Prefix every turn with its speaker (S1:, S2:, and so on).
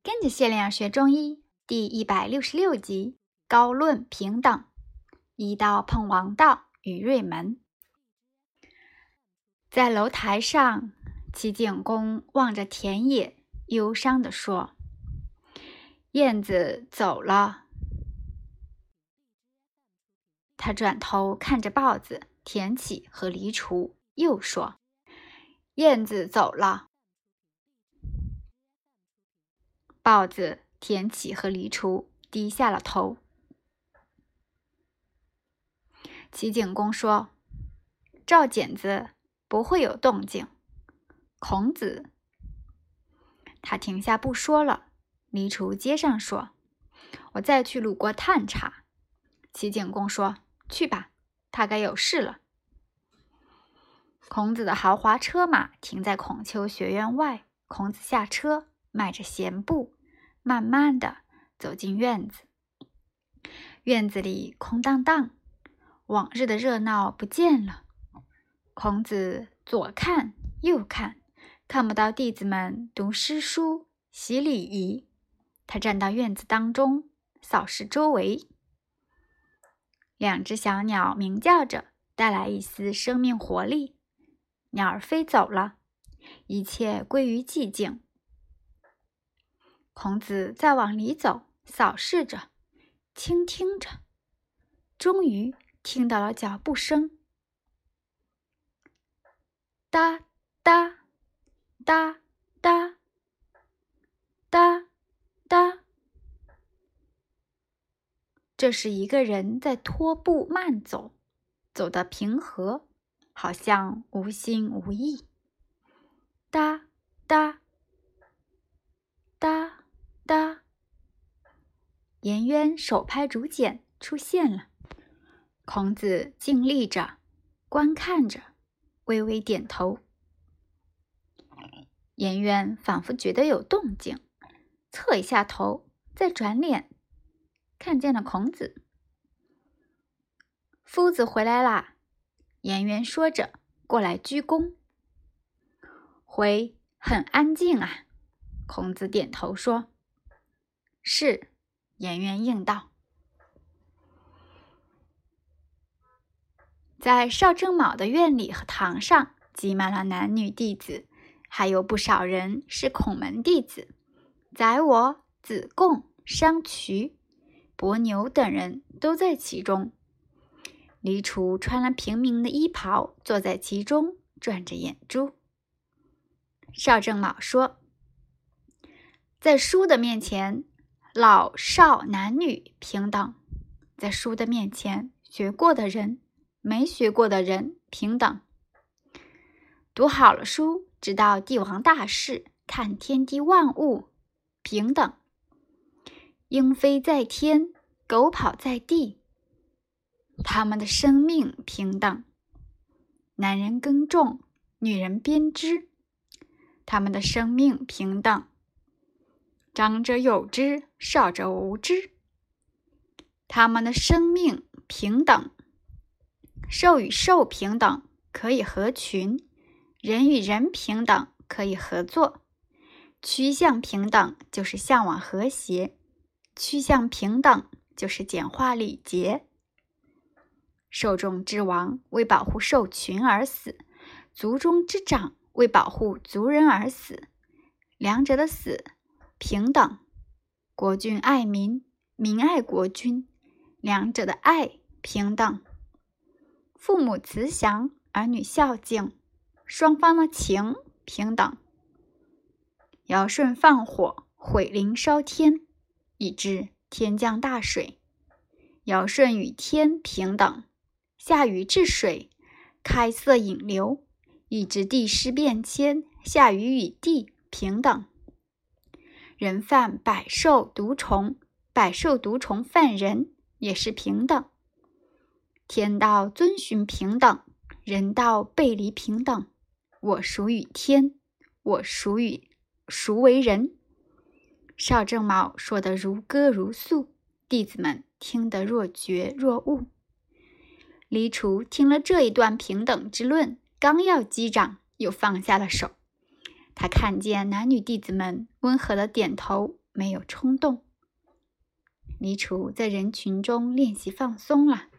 S1: 跟着谢灵儿学中医第166集高论平等，医道碰王道于瑞门。在楼台上，齐景公望着田野，忧伤地说：燕子走了。他转头看着豹子、田启和黎除，又说：燕子走了。豹子、田启和黎除低下了头。齐景公说：赵简子不会有动静。孔子。他停下不说了。黎除接上说：我再去鲁国探查。齐景公说：去吧，他该有事了。孔子的豪华车马停在孔丘学院外，孔子下车，迈着闲步，慢慢地走进院子。院子里空荡荡，往日的热闹不见了。孔子左看右看，看不到弟子们读诗书、习礼仪。他站到院子当中，扫视周围。两只小鸟鸣叫着，带来一丝生命活力。鸟儿飞走了，一切归于寂静。孔子再往里走，扫视着，倾听着，终于听到了脚步声。哒哒哒哒哒哒，这是一个人在拖步慢走，走得平和，好像无心无意。哒哒哒哒，颜渊手拍竹简出现了。孔子静立着，观看着，微微点头。颜渊仿佛觉得有动静，侧一下头，再转脸，看见了孔子。夫子回来啦！颜渊说着，过来鞠躬。回很安静啊。孔子点头说：是。颜渊应道。在邵正卯的院里和堂上挤满了男女弟子，还有不少人是孔门弟子，宰我、子贡、商渠、伯牛等人都在其中。黎除穿了平民的衣袍，坐在其中，转着眼珠。邵正卯说：在书的面前，老少男女平等；在书的面前，学过的人、没学过的人平等。读好了书，知道帝王大事，看天地万物，平等。鹰飞在天，狗跑在地，他们的生命平等。男人耕种，女人编织，他们的生命平等。长者有之，少者无之，他们的生命平等。兽与兽平等，可以合群；人与人平等，可以合作。趋向平等就是向往和谐，趋向平等就是简化礼节。兽中之王为保护兽群而死，族中之长为保护族人而死，两者的死平等。国君爱民，民爱国君，两者的爱平等。父母慈祥，儿女孝敬，双方的情平等。尧舜放火，毁林烧天，以致天降大水，尧舜与天平等。下雨治水，开塞引流，以致地势变迁，下雨与地平等。人犯百兽毒虫，百兽毒虫犯人，也是平等。天道遵循平等，人道背离平等。我属于天，我属为人。邵正卯说得如歌如诉，弟子们听得若觉若悟。黎除听了这一段平等之论，刚要击掌，又放下了手。他看见男女弟子们温和的点头， 没有冲动。李楚在人群中练习放松了，